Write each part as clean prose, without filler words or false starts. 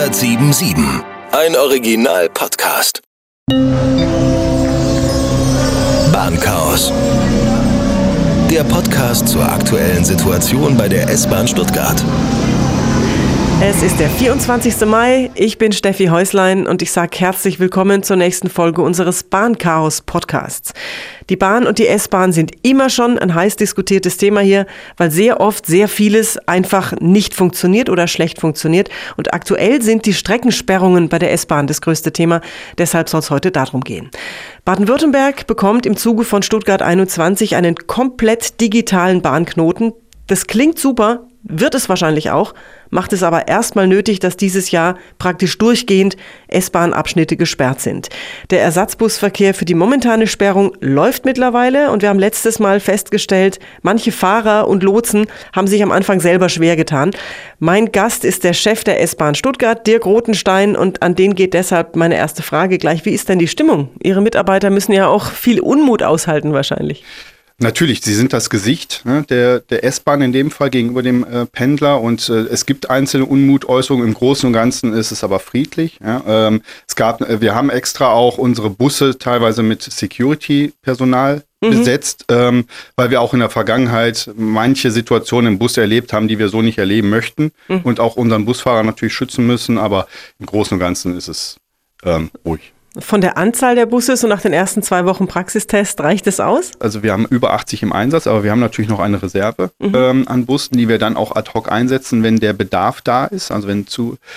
1077. Ein Original-Podcast. Bahnchaos. Der Podcast zur aktuellen Situation bei der S-Bahn Stuttgart. Es ist der 24. Mai, ich bin Steffi Häuslein und ich sage herzlich willkommen zur nächsten Folge unseres Bahnchaos-Podcasts. Die Bahn und die S-Bahn sind immer schon ein heiß diskutiertes Thema hier, weil sehr oft sehr vieles einfach nicht funktioniert oder schlecht funktioniert. Und aktuell sind die Streckensperrungen bei der S-Bahn das größte Thema, deshalb soll es heute darum gehen. Baden-Württemberg bekommt im Zuge von Stuttgart 21 einen komplett digitalen Bahnknoten. Das klingt super, wird es wahrscheinlich auch, macht es aber erstmal nötig, dass dieses Jahr praktisch durchgehend S-Bahn-Abschnitte gesperrt sind. Der Ersatzbusverkehr für die momentane Sperrung läuft mittlerweile und wir haben letztes Mal festgestellt, manche Fahrer und Lotsen haben sich am Anfang selber schwer getan. Mein Gast ist der Chef der S-Bahn Stuttgart, Dirk Rothenstein, und an den geht deshalb meine erste Frage gleich. Wie ist denn die Stimmung? Ihre Mitarbeiter müssen ja auch viel Unmut aushalten wahrscheinlich. Natürlich, sie sind das Gesicht, ne, der S-Bahn in dem Fall gegenüber dem Pendler, und es gibt einzelne Unmutäußerungen. Im Großen und Ganzen ist es aber friedlich. Ja. Wir haben extra auch unsere Busse teilweise mit Security-Personal besetzt, weil wir auch in der Vergangenheit manche Situationen im Bus erlebt haben, die wir so nicht erleben möchten und auch unseren Busfahrer natürlich schützen müssen, aber im Großen und Ganzen ist es ruhig. Von der Anzahl der Busse, so nach den ersten 2 Wochen Praxistest, reicht es aus? Also wir haben über 80 im Einsatz, aber wir haben natürlich noch eine Reserve an Bussen, die wir dann auch ad hoc einsetzen, wenn der Bedarf da ist. Also wenn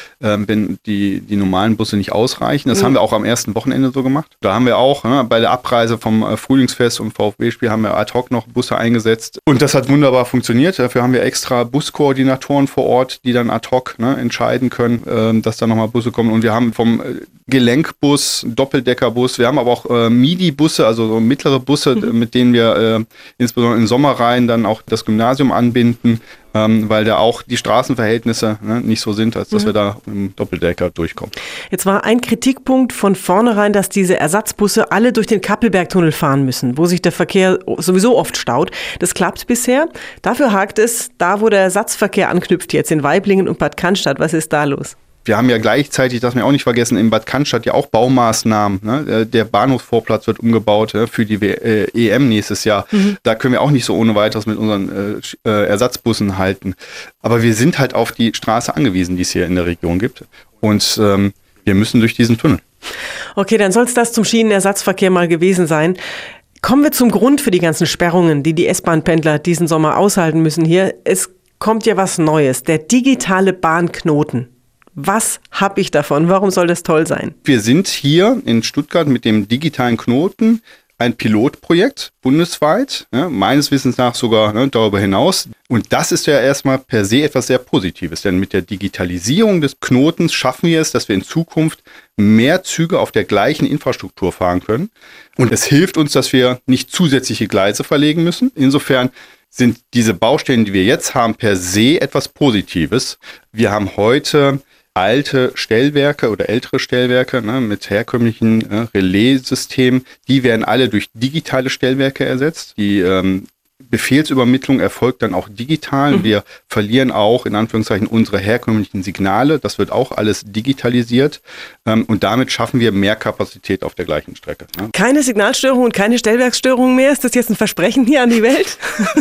die normalen Busse nicht ausreichen. Das haben wir auch am ersten Wochenende so gemacht. Da haben wir auch bei der Abreise vom Frühlingsfest und VfB-Spiel haben wir ad hoc noch Busse eingesetzt. Und das hat wunderbar funktioniert. Dafür haben wir extra Buskoordinatoren vor Ort, die dann ad hoc entscheiden können, dass da nochmal Busse kommen. Und wir haben vom Gelenkbus, Doppeldeckerbus. Wir haben aber auch Midi-Busse, also so mittlere Busse, mit denen wir insbesondere in Sommerreihen dann auch das Gymnasium anbinden, weil da auch die Straßenverhältnisse nicht so sind, als dass wir da im Doppeldecker durchkommen. Jetzt war ein Kritikpunkt von vornherein, dass diese Ersatzbusse alle durch den Kappelbergtunnel fahren müssen, wo sich der Verkehr sowieso oft staut. Das klappt bisher. Dafür hakt es da, wo der Ersatzverkehr anknüpft, jetzt in Waiblingen und Bad Cannstatt. Was ist da los? Wir haben ja gleichzeitig, das wir auch nicht vergessen, in Bad Cannstatt ja auch Baumaßnahmen. Ne? Der Bahnhofsvorplatz wird umgebaut für die EM nächstes Jahr. Da können wir auch nicht so ohne weiteres mit unseren Ersatzbussen halten. Aber wir sind halt auf die Straße angewiesen, die es hier in der Region gibt. Und wir müssen durch diesen Tunnel. Okay, dann soll es das zum Schienenersatzverkehr mal gewesen sein. Kommen wir zum Grund für die ganzen Sperrungen, die S-Bahn-Pendler diesen Sommer aushalten müssen hier. Es kommt ja was Neues, der digitale Bahnknoten. Was habe ich davon? Warum soll das toll sein? Wir sind hier in Stuttgart mit dem digitalen Knoten ein Pilotprojekt bundesweit, meines Wissens nach sogar darüber hinaus. Und das ist ja erstmal per se etwas sehr Positives, denn mit der Digitalisierung des Knotens schaffen wir es, dass wir in Zukunft mehr Züge auf der gleichen Infrastruktur fahren können. Und es hilft uns, dass wir nicht zusätzliche Gleise verlegen müssen. Insofern sind diese Baustellen, die wir jetzt haben, per se etwas Positives. Wir haben heute alte Stellwerke oder ältere Stellwerke mit herkömmlichen Relaissystemen, die werden alle durch digitale Stellwerke ersetzt. Die Befehlsübermittlung erfolgt dann auch digital. Wir verlieren auch in Anführungszeichen unsere herkömmlichen Signale. Das wird auch alles digitalisiert. Und damit schaffen wir mehr Kapazität auf der gleichen Strecke. Keine Signalstörung und keine Stellwerksstörung mehr? Ist das jetzt ein Versprechen hier an die Welt?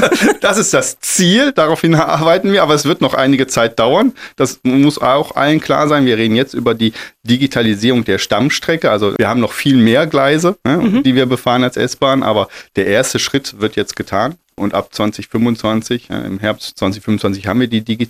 Das ist das Ziel. Daraufhin arbeiten wir. Aber es wird noch einige Zeit dauern. Das muss auch allen klar sein. Wir reden jetzt über die Digitalisierung der Stammstrecke. Also wir haben noch viel mehr Gleise, die wir befahren als S-Bahn. Aber der erste Schritt wird jetzt getan. Und ab 2025, im Herbst 2025 haben wir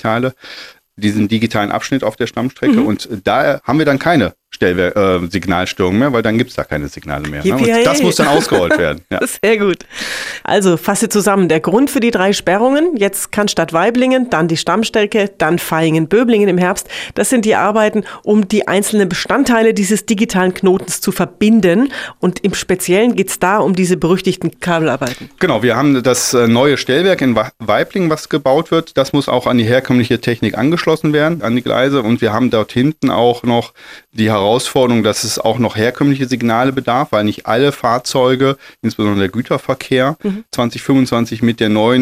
diesen digitalen Abschnitt auf der Stammstrecke. Und da haben wir dann keine Signalstörung mehr, weil dann gibt es da keine Signale mehr. Und das muss dann ausgerollt werden. Ja. Sehr gut. Also fasse zusammen. Der Grund für die 3 Sperrungen, jetzt Cannstatt Waiblingen, dann die Stammstrecke, dann Vaihingen-Böblingen im Herbst. Das sind die Arbeiten, um die einzelnen Bestandteile dieses digitalen Knotens zu verbinden. Und im Speziellen geht es da um diese berüchtigten Kabelarbeiten. Genau, wir haben das neue Stellwerk in Waiblingen, was gebaut wird. Das muss auch an die herkömmliche Technik angeschlossen werden, an die Gleise. Und wir haben dort hinten auch noch die Herausforderung, dass es auch noch herkömmliche Signale bedarf, weil nicht alle Fahrzeuge, insbesondere der Güterverkehr, 2025 mit der neuen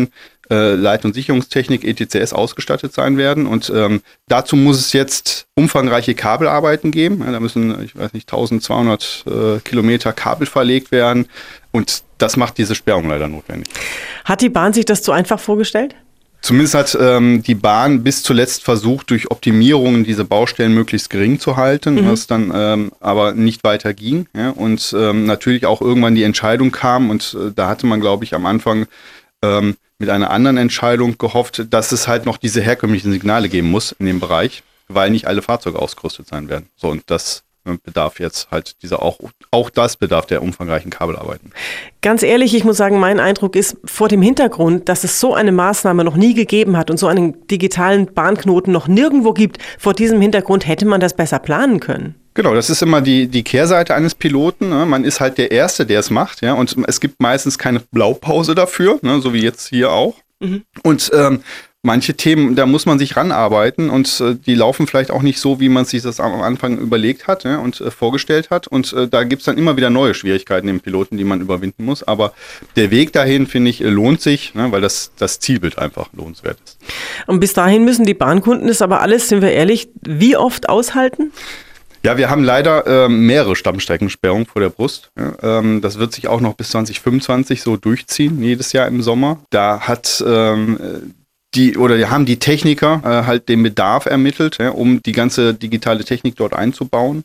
Leit- und Sicherungstechnik, ETCS, ausgestattet sein werden. Und dazu muss es jetzt umfangreiche Kabelarbeiten geben. Ja, da müssen, ich weiß nicht, 1200 Kilometer Kabel verlegt werden. Und das macht diese Sperrung leider notwendig. Hat die Bahn sich das zu einfach vorgestellt? Zumindest hat die Bahn bis zuletzt versucht, durch Optimierungen diese Baustellen möglichst gering zu halten, was dann aber nicht weiter ging. Ja? Und natürlich auch irgendwann die Entscheidung kam und da hatte man, glaube ich, am Anfang mit einer anderen Entscheidung gehofft, dass es halt noch diese herkömmlichen Signale geben muss in dem Bereich, weil nicht alle Fahrzeuge ausgerüstet sein werden. So, und das bedarf jetzt halt auch das bedarf der umfangreichen Kabelarbeiten. Ganz ehrlich, ich muss sagen, mein Eindruck ist vor dem Hintergrund, dass es so eine Maßnahme noch nie gegeben hat und so einen digitalen Bahnknoten noch nirgendwo gibt, vor diesem Hintergrund hätte man das besser planen können. Genau, das ist immer die Kehrseite eines Piloten. Ne? Man ist halt der Erste, der es macht, ja, und es gibt meistens keine Blaupause dafür, ne? So wie jetzt hier auch. Und manche Themen, da muss man sich ranarbeiten und die laufen vielleicht auch nicht so, wie man sich das am Anfang überlegt hat, ja, und vorgestellt hat. Und da gibt es dann immer wieder neue Schwierigkeiten im Piloten, die man überwinden muss. Aber der Weg dahin, finde ich, lohnt sich, ne, weil das Zielbild einfach lohnenswert ist. Und bis dahin müssen die Bahnkunden das aber alles, sind wir ehrlich, wie oft aushalten? Ja, wir haben leider mehrere Stammstreckensperrungen vor der Brust. Ja, das wird sich auch noch bis 2025 so durchziehen, jedes Jahr im Sommer. Da haben die Techniker halt den Bedarf ermittelt, ja, um die ganze digitale Technik dort einzubauen.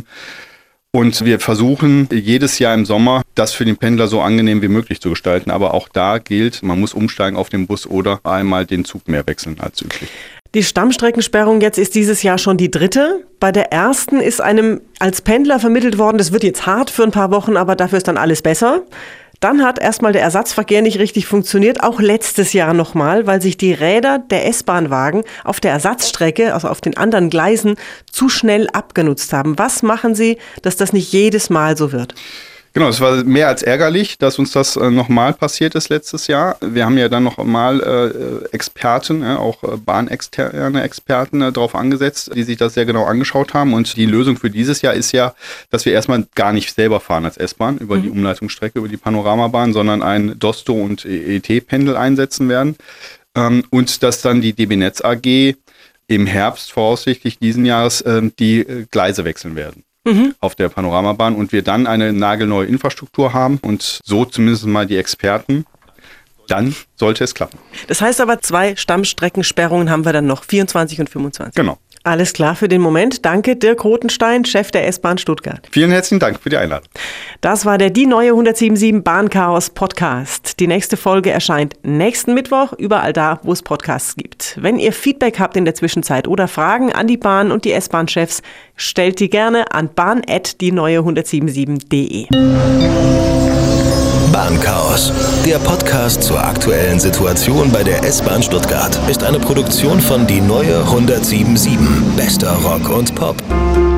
Und wir versuchen jedes Jahr im Sommer, das für den Pendler so angenehm wie möglich zu gestalten. Aber auch da gilt, man muss umsteigen auf den Bus oder einmal den Zug mehr wechseln als üblich. Die Stammstreckensperrung jetzt ist dieses Jahr schon die 3. Bei der ersten ist einem als Pendler vermittelt worden, das wird jetzt hart für ein paar Wochen, aber dafür ist dann alles besser. Dann hat erstmal der Ersatzverkehr nicht richtig funktioniert, auch letztes Jahr nochmal, weil sich die Räder der S-Bahn-Wagen auf der Ersatzstrecke, also auf den anderen Gleisen, zu schnell abgenutzt haben. Was machen Sie, dass das nicht jedes Mal so wird? Genau, es war mehr als ärgerlich, dass uns das nochmal passiert ist letztes Jahr. Wir haben ja dann nochmal Experten, auch bahnexterne Experten darauf angesetzt, die sich das sehr genau angeschaut haben. Und die Lösung für dieses Jahr ist ja, dass wir erstmal gar nicht selber fahren als S-Bahn über die Umleitungsstrecke, über die Panoramabahn, sondern ein DOSTO und ET-Pendel einsetzen werden. Und dass dann die DB Netz AG im Herbst voraussichtlich diesen Jahres die Gleise wechseln werden. Auf der Panoramabahn und wir dann eine nagelneue Infrastruktur haben und so zumindest mal die Experten, dann sollte es klappen. Das heißt aber, 2 Stammstreckensperrungen haben wir dann noch, 24 und 25. Genau. Alles klar für den Moment. Danke, Dirk Rothenstein, Chef der S-Bahn Stuttgart. Vielen herzlichen Dank für die Einladung. Das war der Die Neue 177 Bahnchaos Podcast. Die nächste Folge erscheint nächsten Mittwoch, überall da, wo es Podcasts gibt. Wenn ihr Feedback habt in der Zwischenzeit oder Fragen an die Bahn und die S-Bahn-Chefs, stellt die gerne an bahn@dieneue177.de. Bahnchaos, der Podcast zur aktuellen Situation bei der S-Bahn Stuttgart, ist eine Produktion von Die Neue 177. Bester Rock und Pop.